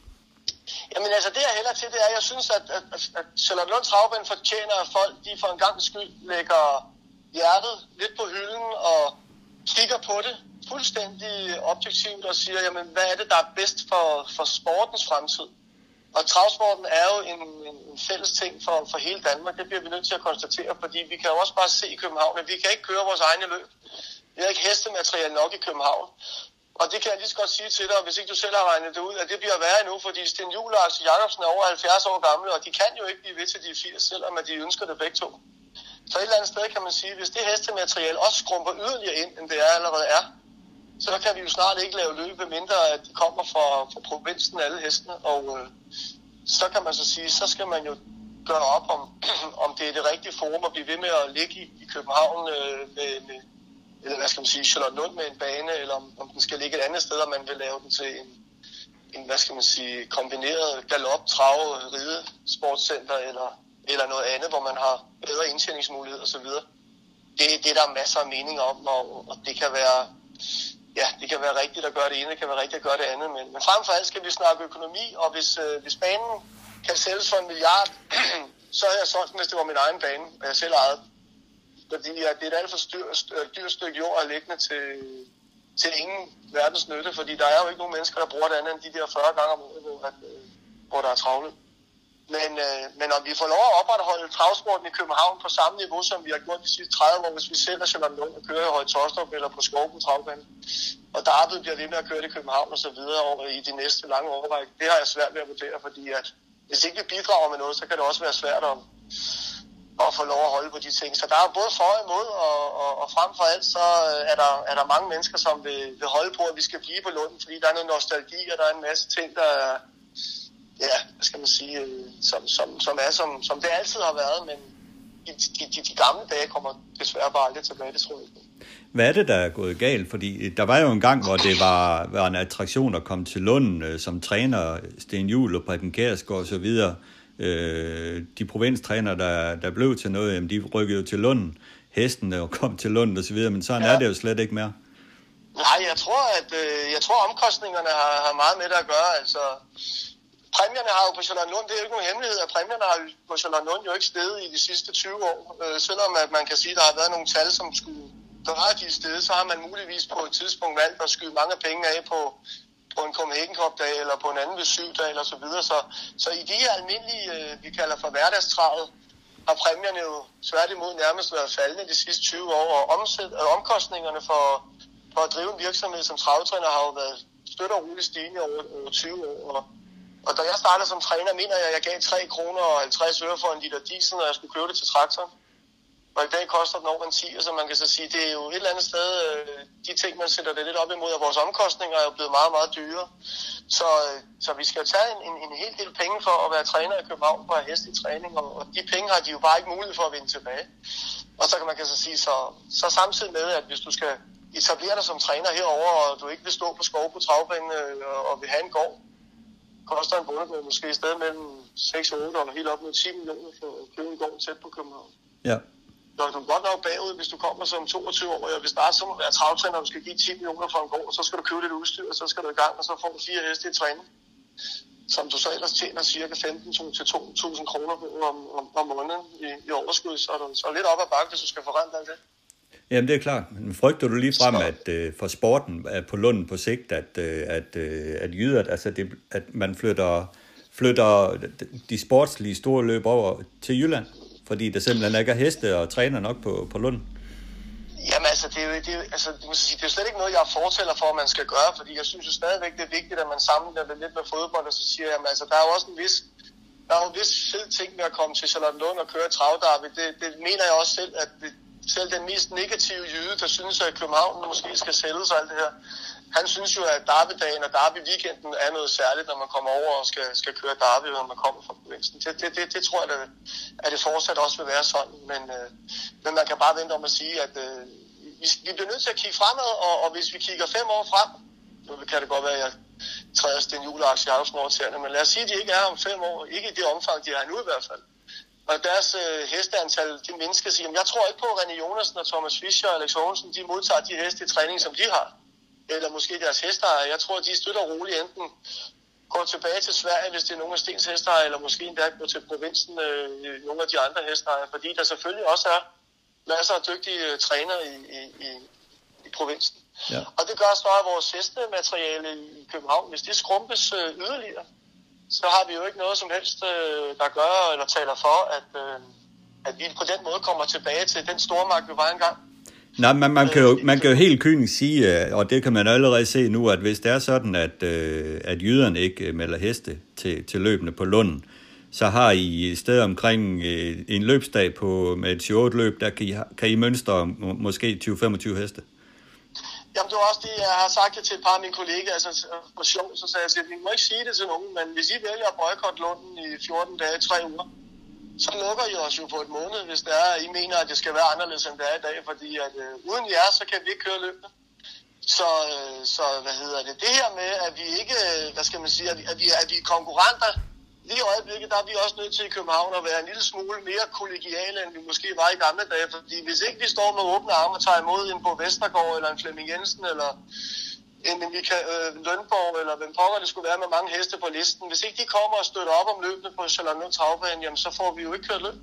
Jamen altså, det jeg hælder til, det er, at jeg synes, at, at, at Charlottenlund Travbane fortjener, at folk, de for en gang skyld lægger hjertet lidt på hylden og kigger på det fuldstændig objektivt og siger, jamen, hvad er det, der er bedst for, for sportens fremtid? Og travsporten er jo en, en, en fælles ting for, for hele Danmark. Det bliver vi nødt til at konstatere, fordi vi kan jo også bare se i København, at vi kan ikke køre vores egne løb. Vi har ikke hestemateriale nok i København. Og det kan jeg lige så godt sige til dig, hvis ikke du selv har regnet det ud, at det bliver værre nu, fordi Sten Juhl og Axel Jacobsen er over halvfjerds år gamle, og de kan jo ikke blive ved til de firs, selvom at de ønsker det begge to. Så et eller andet sted kan man sige, hvis det hestemateriale også skrumper yderligere ind, end det er allerede er, så kan vi jo snart ikke lave løb, mindre at de kommer fra, fra provinsen, alle hestene. Og øh, så kan man så sige, så skal man jo gøre op, om, om det er det rigtige forum at blive ved med at ligge i, i København øh, med, med, eller hvad skal man sige, Charlottenlund med en bane, eller om, om den skal ligge et andet sted, og man vil lave den til en, en hvad skal man sige, kombineret galop, trav, ride, sportscenter, eller, eller noget andet, hvor man har bedre indtjeningsmuligheder osv. Det, det er der masser af meninger om, og, og det kan være, ja, det kan være rigtigt at gøre det ene, det kan være rigtigt at gøre det andet, men, men frem for alt skal vi snakke økonomi, og hvis, øh, hvis banen kan sælges for en milliard, så har jeg solgt den, hvis det var min egen bane, og jeg selv ejede. Fordi ja, det er et alt for styr, dyrt stykke jord at lægge til, til ingen verdens nytte, fordi der er jo ikke nogen mennesker, der bruger det andet end de der fyrre gange om året, hvor, hvor der er travlet. Men, øh, men om vi får lov at opretholde travsporten i København på samme niveau, som vi har gjort de sidste tredive år, hvis vi sælger Charlottenlund og kører i Høje Taastrup eller på Skovbo Travbane, og Darby bliver ved med at køre det i København og så videre over i de næste lange årrække, det har jeg svært ved at vurdere, fordi at hvis ikke vi bidrager med noget, så kan det også være svært at, at få lov at holde på de ting. Så der er både for og imod, og, og, og frem for alt så er der, er der mange mennesker, som vil, vil holde på, at vi skal blive på Lunden, fordi der er noget nostalgi, og der er en masse ting, der er, ja, hvad skal man sige, som, som, som er, som, som det altid har været, men de, de, de gamle dage kommer desværre bare aldrig tilbage, det tror jeg ikke. Hvad er det, der er gået galt? Fordi der var jo en gang, hvor det var, var en attraktion at komme til Lunden øh, som træner, Sten Juhl og Preben Kjærsgaard og så videre. Øh, de provinstræner, der, der blev til noget, jamen, de rykkede jo til Lunden, hestene og kom til Lunden og så videre, men sådan ja. er det jo slet ikke mere. Nej, jeg tror, at øh, jeg tror, omkostningerne har, har meget med det at gøre. Altså, præmierne har jo på Charlottenlund, det er jo ikke nogen hemmelighed, at præmierne har på Charlottenlund jo ikke steget i de sidste tyve år. Øh, selvom at man kan sige, at der har været nogle tal, som skulle gøre de steder, så har man muligvis på et tidspunkt valgt at skyde mange penge af på, på en Copenhagen Cup-dag, eller på en anden ved syv-dag, eller så videre. Så, så i de her almindelige, øh, vi kalder for hverdagstravet, har præmierne jo tværtimod nærmest været faldende de sidste tyve år, og omsæt, og omkostningerne for, for at drive en virksomhed som travetræner har jo været støt og roligt stigende over, over tyve år. Og, og da jeg startede som træner, mener jeg, at jeg gav tre kroner og halvtreds øre for en liter diesel, når jeg skulle købe det til traktoren. Og i dag koster den over en ti, så man kan så sige, det er jo et eller andet sted, øh, de ting, man sætter det lidt op imod, at vores omkostninger er jo blevet meget, meget dyre. Så, øh, så vi skal tage en, en, en hel del penge for at være træner i København på at have hest i træning, og, og de penge har de jo bare ikke mulighed for at vinde tilbage. Og så kan man kan så sige, så, så samtidig med, at hvis du skal etablere dig som træner herover og du ikke vil stå på skov på travbanen øh, og vil have en gård, koster en bondegård måske i stedet mellem seks og otte og helt op mod ti millioner for at købe en gård tæt på København. Ja. Så du er godt nok bagud, hvis du kommer som toogtyve år, og vil starte som at være travtræner, og du skal give ti millioner for en gård, og så skal du købe lidt udstyr, og så skal du i gang, og så får du fire heste i træning, som du så ellers tjener cirka femten til to tusind kroner om, om, om måneden i, i overskud, så er du så lidt op ad bakke, hvis du skal forrente alt det. Jamen det er klart. Men frygter du lige frem, at øh, for sporten er på Lunden på sigt, at, øh, at, øh, at jyder, altså det, at man flytter, flytter de sportslige store løb over til Jylland? Fordi der simpelthen ikke er heste og træner nok på, på Lund? Jamen altså, det er jo, det er, altså, det, sige, det er jo slet ikke noget, jeg fortæller for, at man skal gøre, fordi jeg synes jo stadigvæk, det er vigtigt, at man sammenligner det lidt med fodbold, og så siger jeg, altså, der er jo også en vis, der er jo en vis fed ting med at komme til Charlottenlund og køre travderby. Det, det mener jeg også selv, at det, selv den mest negative jyde, der synes, at København måske skal sælges og alt det her, han synes jo, at derbydagen og derby-weekenden er noget særligt, når man kommer over og skal, skal køre derby, når man kommer fra provinsen. Det, det, det, det tror jeg, at, at det fortsat også vil være sådan. Men, øh, men man kan bare vente om at sige, at øh, vi, vi bliver nødt til at kigge fremad, og, og hvis vi kigger fem år frem, nu kan det godt være, at jeg træder Sten Juleaktie i halsen over tæerne, men lad os sige, at de ikke er om fem år, ikke i det omfang, de er nu i hvert fald. Og deres øh, hesteantal, de mindsker sig. Jeg tror ikke på, at René Jonasen og Thomas Fischer og Alex Haagensen, de modtager de heste i træning, som de har. Eller måske deres hesteejere. Jeg tror, de støtter roligt enten går tilbage til Sverige, hvis det er nogle af Stens hesteejere, eller måske endda går til provinsen, øh, nogle af de andre hesteejere. Fordi der selvfølgelig også er masser af dygtige øh, trænere i, i, i, i provinsen. Ja. Og det gør så, at vores hestemateriale i København, hvis det skrumpes øh, yderligere, så har vi jo ikke noget som helst, øh, der gør eller taler for, at, øh, at vi på den måde kommer tilbage til den stormagt, vi var engang. Nej, man, man, kan jo, man kan jo helt kynisk sige, og det kan man allerede se nu, at hvis det er sådan, at, øh, at jyderne ikke melder heste til, til løbende på Lunden, så har I et sted omkring øh, en løbsdag på, med et syv otte løb, der kan I, kan I mønstre måske tyve til femogtyve heste. Jamen det var også det, jeg har sagt det til et par af mine kollegaer, altså for sjov, så sagde jeg til dem, I må ikke sige det til nogen, men hvis I vælger at boykotte Lunden i fjorten dage, tre uger, så lukker I os jo på et måned, hvis det er, at I mener, at det skal være anderledes, end det er i dag, fordi at øh, uden jer, så kan vi ikke køre løbende. Så, øh, så hvad hedder det, det her med, at vi ikke, hvad skal man sige, at vi, at vi, at vi er konkurrenter, lige i øjeblikket, der er vi også nødt til i København at være en lille smule mere kollegiale, end vi måske var i gamle dage, fordi hvis ikke vi står med åbne arme og tager imod en Bo Vestergaard, eller en Flemming Jensen, eller en Michael øh, Lønborg, eller hvem pokker det skulle være med mange heste på listen, hvis ikke de kommer og støtter op om løbene på Charlottenlund Travbane, jamen så får vi jo ikke kørt løb.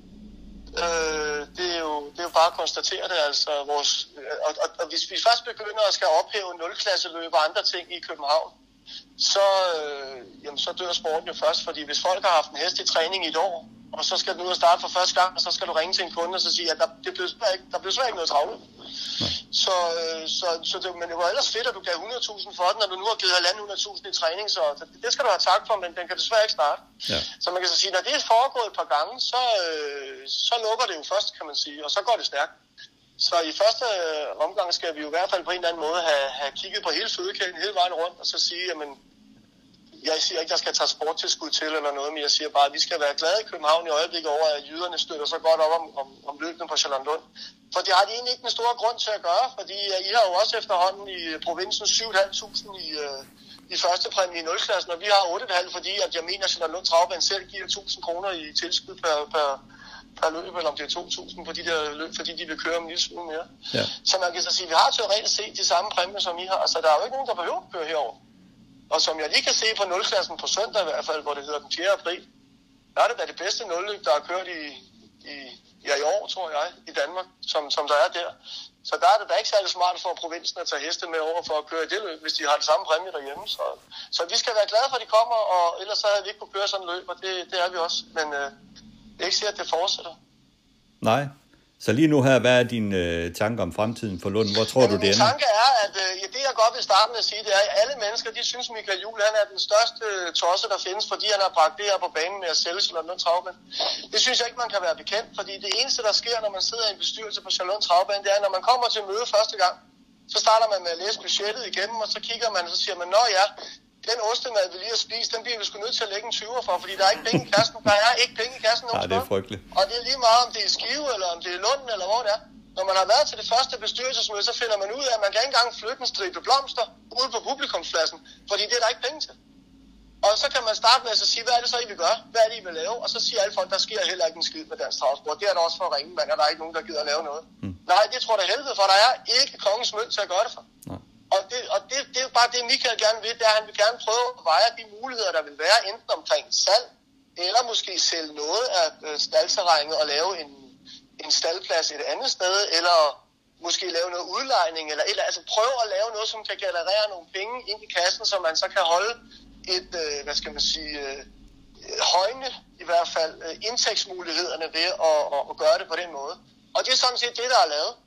Øh, det, er jo, det er jo bare at konstatere det, altså vores, og, og, og hvis vi først begynder at skal ophæve nul-klasseløb og andre ting i København, så, øh, jamen, så dør sporten jo først, fordi hvis folk har haft en hest i træning i et år, og så skal den ud og starte for første gang, og så skal du ringe til en kunde og så sige, at der, det blev ikke, der blev svært ikke noget travlt. Så, øh, så, så det, men det var ellers fedt, at du gav hundrede tusind for den, og du nu har givet hundrede tusind i træning, så det, det skal du have tak for, men den kan desværre ikke starte. Ja. Så man kan så sige, når det er foregået et par gange, så, øh, så lukker det jo først, kan man sige, og så går det stærkt. Så i første omgang skal vi jo i hvert fald på en eller anden måde have, have kigget på hele fødekæden, hele vejen rundt, og så sige, jamen, jeg siger ikke, at der skal transporttilskud til eller noget, men jeg siger bare, at vi skal være glade i København i øjeblikket over, at jyderne støtter så godt op om, om, om løbene på Charlottenlund. For det har de egentlig ikke den store grund til at gøre, fordi I har jo også efterhånden i provinsen syv tusind fem hundrede i, øh, i første præmie i nul-klassen, og vi har otte komma fem fordi at jeg mener, at Charlottenlund Travbane selv giver tusind kroner i tilskud per, per, per løb, eller om det er to tusind på de der løb, fordi de vil køre en lille smule mere. Ja. Så man kan så sige, at vi har teoretisk set de samme præmier, som I har, så der er jo ikke nogen, der behøver at køre herover. Og som jeg lige kan se på nul-klassen på søndag i hvert fald, hvor det hedder den fjerde april, der er det da det bedste nul-løb, der er kørt i, i, i ja, i år, tror jeg, i Danmark, som, som der er der. Så der er det da ikke særlig smart for provinsen at tage heste med over for at køre i det løb, hvis de har det samme præmie derhjemme. Så, så vi skal være glade for, at de kommer, og ellers så havde vi ikke kunne køre sådan en løb, og det, det er vi også. Men øh, det er ikke sikkert, at det fortsætter. Nej. Så lige nu her, hvad er dine øh, tanker om fremtiden for Lund? Hvor tror Jamen, du det ender? Min tanke er, at øh, ja, det jeg godt vil starte med at sige, det er, at alle mennesker, de synes, Michael Juhl, han er den største øh, tosse, der findes, fordi han har bragt det her på banen med at sælge Charlottenlund Travbane. Det synes jeg ikke, man kan være bekendt, fordi det eneste, der sker, når man sidder i en bestyrelse på Charlottenlund Travbane, det er, når man kommer til møde første gang, så starter man med at læse budgettet igennem, og så kigger man, og så siger man, nå ja, den ostemad, vi lige har spist, den bliver vi sgu nødt til at lægge en tyver for, fordi der er ikke penge i kassen. Der er ikke penge i kassen nogen Nej, det er frygteligt. Og det er lige meget, om det er Skive, eller om det er Lunden, eller hvor det er. Når man har været til det første bestyrelsesmøde, så finder man ud af, at man kan ikke engang flytte en stribe blomster ude på publikumspladsen, fordi det er der ikke penge til. Og så kan man starte med at sige, hvad er det så, I vil gøre? Hvad er det, I vil lave? Og så siger alle folk, der sker heller ikke en skid med dansk travsport. Det er der også for ringe, men der er ikke nogen, der gider at lave noget. Mm. Nej, det tror jeg helvede, for der er ikke kongens mønt til at gøre det for. Nej. Og, det, og det, det er bare det, Michael gerne vil, det er, at han vil gerne prøve at veje de muligheder, der vil være, enten omkring salg, eller måske sælge noget af staldterrænet og lave en, en staldplads et andet sted, eller måske lave noget udlejning, eller, eller altså prøve at lave noget, som kan generere nogle penge ind i kassen, så man så kan holde et, øh, hvad skal man sige, øh, højne i hvert fald øh, indtægtsmulighederne ved at, at, at gøre det på den måde. Og det er sådan set det, der er lavet.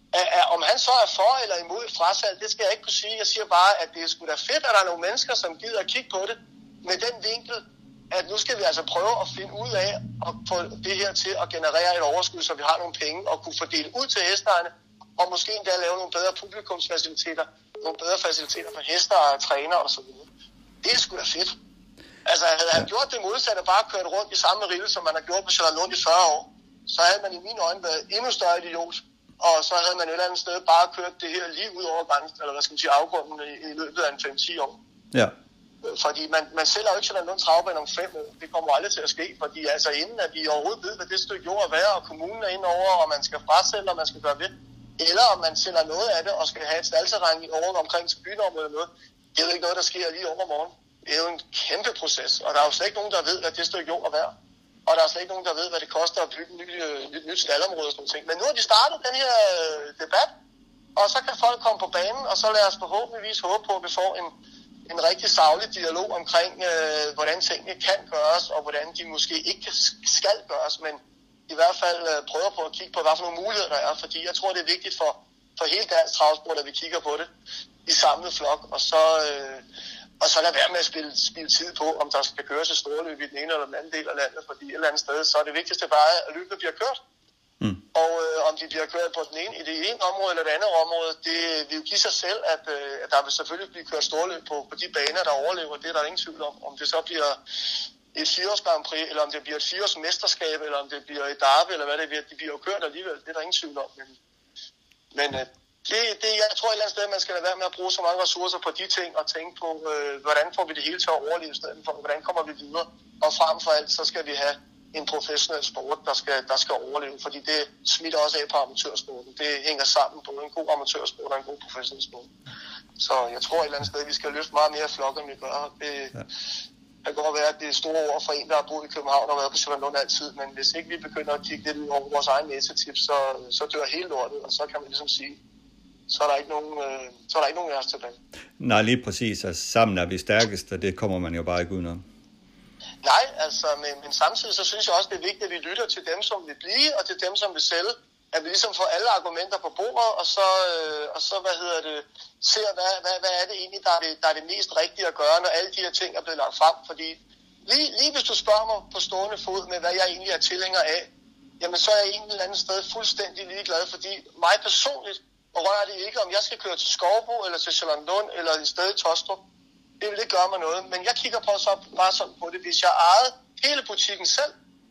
Om han så er for eller imod frasalg, det skal jeg ikke kunne sige. Jeg siger bare, at det er sgu da fedt, at der er nogle mennesker, som gider at kigge på det med den vinkel, at nu skal vi altså prøve at finde ud af at få det her til at generere et overskud, så vi har nogle penge og kunne fordele ud til hestejerne, og måske endda lave nogle bedre publikumsfaciliteter, nogle bedre faciliteter for hester og træner og så videre. Det er sgu da fedt. Altså havde han gjort det modsatte, bare kørt rundt i samme rille, som man har gjort på Charlottenlund i fyrre år, så havde man i mine øjne været endnu større idiot. Og så havde man et eller andet sted bare kørt det her lige ud over grænsen, eller hvad skal man sige, afgrunden i, i løbet af en fem til ti år. Ja. Fordi man, man sælger jo ikke sådan nogen travbane om fem år. Det kommer aldrig til at ske, fordi altså inden at vi overhovedet ved, hvad det stykke jord er værd, og kommunen er inde over, og man skal frasælge, og man skal gøre ved, eller om man sælger noget af det, og skal have et staldterræn over omkring til bynområdet eller noget, det er jo ikke noget, der sker lige over morgen. Det er jo en kæmpe proces, og der er jo slet ikke nogen, der ved, hvad det stykke jord er værd. Og der er slet ikke nogen, der ved, hvad det koster at bygge et nyt, nyt, nyt staldområde og sådan noget. Men nu har de startet den her debat, og så kan folk komme på banen, og så lad os forhåbentligvis håbe på, at vi får en, en rigtig saglig dialog omkring, øh, hvordan tingene kan gøres, og hvordan de måske ikke skal gøres, men i hvert fald øh, prøver på at kigge på, hvad for nogle muligheder der er, fordi jeg tror, det er vigtigt for, for hele dansk travsport, at vi kigger på det i samlet flok, og så... Øh, Og så lad være med at spille, spille tid på, om der skal køres et storløb i den ene eller den anden del af landet, fordi et eller andet sted, så er det vigtigste bare, at løbet bliver kørt. Mm. Og øh, om de bliver kørt på den ene, i det ene område eller det andet område, det vil jo give sig selv, at, øh, at der vil selvfølgelig blive kørt storløb på, på de baner, der overlever. Det er der ingen tvivl om. Om det så bliver et fireårs Grand Prix, eller om det bliver et fireårs mesterskab, eller om det bliver et derby, eller hvad det bliver, de bliver jo kørt alligevel. Det er der ingen tvivl om. Men, men øh, Det, det, jeg tror et eller andet sted, at man skal lade være med at bruge så mange ressourcer på de ting og tænke på, øh, hvordan får vi det hele til at overleve i stedet for, hvordan kommer vi videre. Og frem for alt, så skal vi have en professionel sport, der skal, der skal overleve, fordi det smitter også af på amatørsporten. Det hænger sammen på en god amatørsport og en god professionel sport. Så jeg tror et eller andet sted, at vi skal løfte meget mere flok, end vi gør. Det, ja. Det kan godt være, at det er store ord for en, der har boet i København og været på Charlottenlund altid, men hvis ikke vi begynder at kigge lidt ud over vores egen næsetips, så, så dør hele lortet, og så kan man ligesom sige, så er der ikke nogen, øh, så er der ikke nogen af os tilbage. Nej, lige præcis. Altså, sammen er vi stærkest, og det kommer man jo bare ikke udenom. Nej, altså, men, men samtidig så synes jeg også, det er vigtigt, at vi lytter til dem, som vil blive, og til dem, som vil sælge. At vi ligesom får alle argumenter på bordet, og så, øh, og så hvad hedder det, ser, hvad, hvad, hvad er det egentlig, der er det, der er det mest rigtige at gøre, når alle de her ting er blevet lagt frem. Fordi lige, lige hvis du spørger mig på stående fod med, hvad jeg egentlig er tilhænger af, jamen så er jeg egentlig et eller andet sted fuldstændig ligeglad, fordi mig personligt, og rører det ikke, om jeg skal køre til Skovbo, eller til Charlottenlund, eller i stedet Tostrup. Det vil ikke gøre mig noget. Men jeg kigger på så bare sådan på det. Hvis jeg ejede hele butikken selv,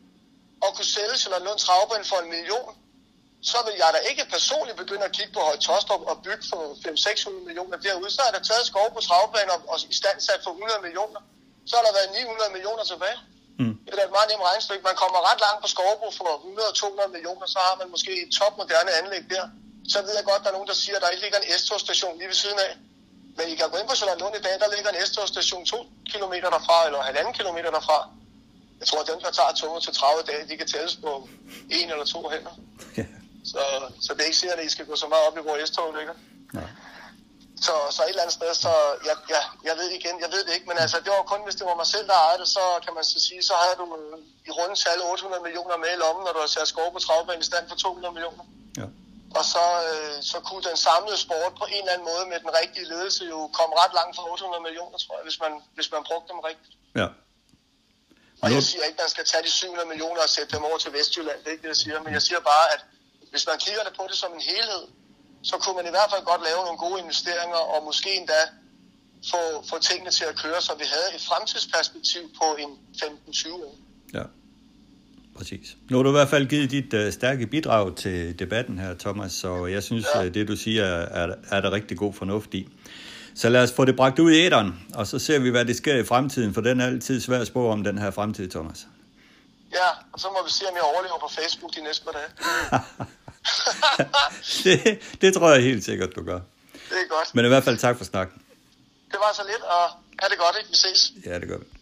og kunne sælge Charlottenlund Travbane for en million, så vil jeg da ikke personligt begynde at kigge på Høje Tostrup og bygge for fem til seks hundrede millioner derude. Så er der taget Skovbo Travbane og, og i stand sat for hundrede millioner. Så har der været ni hundrede millioner tilbage. Mm. Det er et meget nemt regnestykke. Man kommer ret langt på Skovbo for hundrede til to hundrede millioner, så har man måske et topmoderne anlæg der. Så ved jeg godt, at der er nogen, der siger, at der ikke ligger en S-togstation lige ved siden af. Men I kan gå ind på Charlottenlund i dag, der ligger en S-togstation to kilometer derfra, eller halvanden kilometer derfra. jeg tror, at dem, der tager toget til tredive dage, de kan tælles på en eller to hænder. Ja. Så, så det er ikke sikkert, at I skal gå så meget op i, hvor S-toget ligger. Nej. Så, så et eller andet sted, så jeg, jeg, jeg ved igen, jeg ved det ikke, men altså, det var kun, hvis det var mig selv, der ejede det, så kan man så sige, så havde du i runde tal otte hundrede millioner med i lommen, når du har sat Skov på travbanen i stand for to hundrede millioner. Ja. Og så, øh, så kunne den samlede sport på en eller anden måde med den rigtige ledelse jo komme ret langt for otte hundrede millioner, tror jeg, hvis man, hvis man brugte dem rigtigt. Ja. Og jeg siger ikke, at man skal tage de syv hundrede millioner og sætte dem over til Vestjylland, det er ikke det, jeg siger, men jeg siger bare, at hvis man kigger på det som en helhed, så kunne man i hvert fald godt lave nogle gode investeringer, og måske endda få, få tingene til at køre, så vi havde et fremtidsperspektiv på en femten tyve år. Ja, præcis. Nu har du i hvert fald givet dit uh, stærke bidrag til debatten her, Thomas, så jeg synes, ja. uh, det du siger, er, er der rigtig god fornuft i. Så lad os få det bragt ud i æteren, og så ser vi, hvad det sker i fremtiden, for den er altid svært at spå om den her fremtid, Thomas. Ja, og så må vi se, om jeg overlever på Facebook de næste par dage. det, det tror jeg helt sikkert, du gør. Det er godt. Men i hvert fald tak for snakken. Det var så lidt, og ha' det godt, ikke? Vi ses. Ja, det gør vi.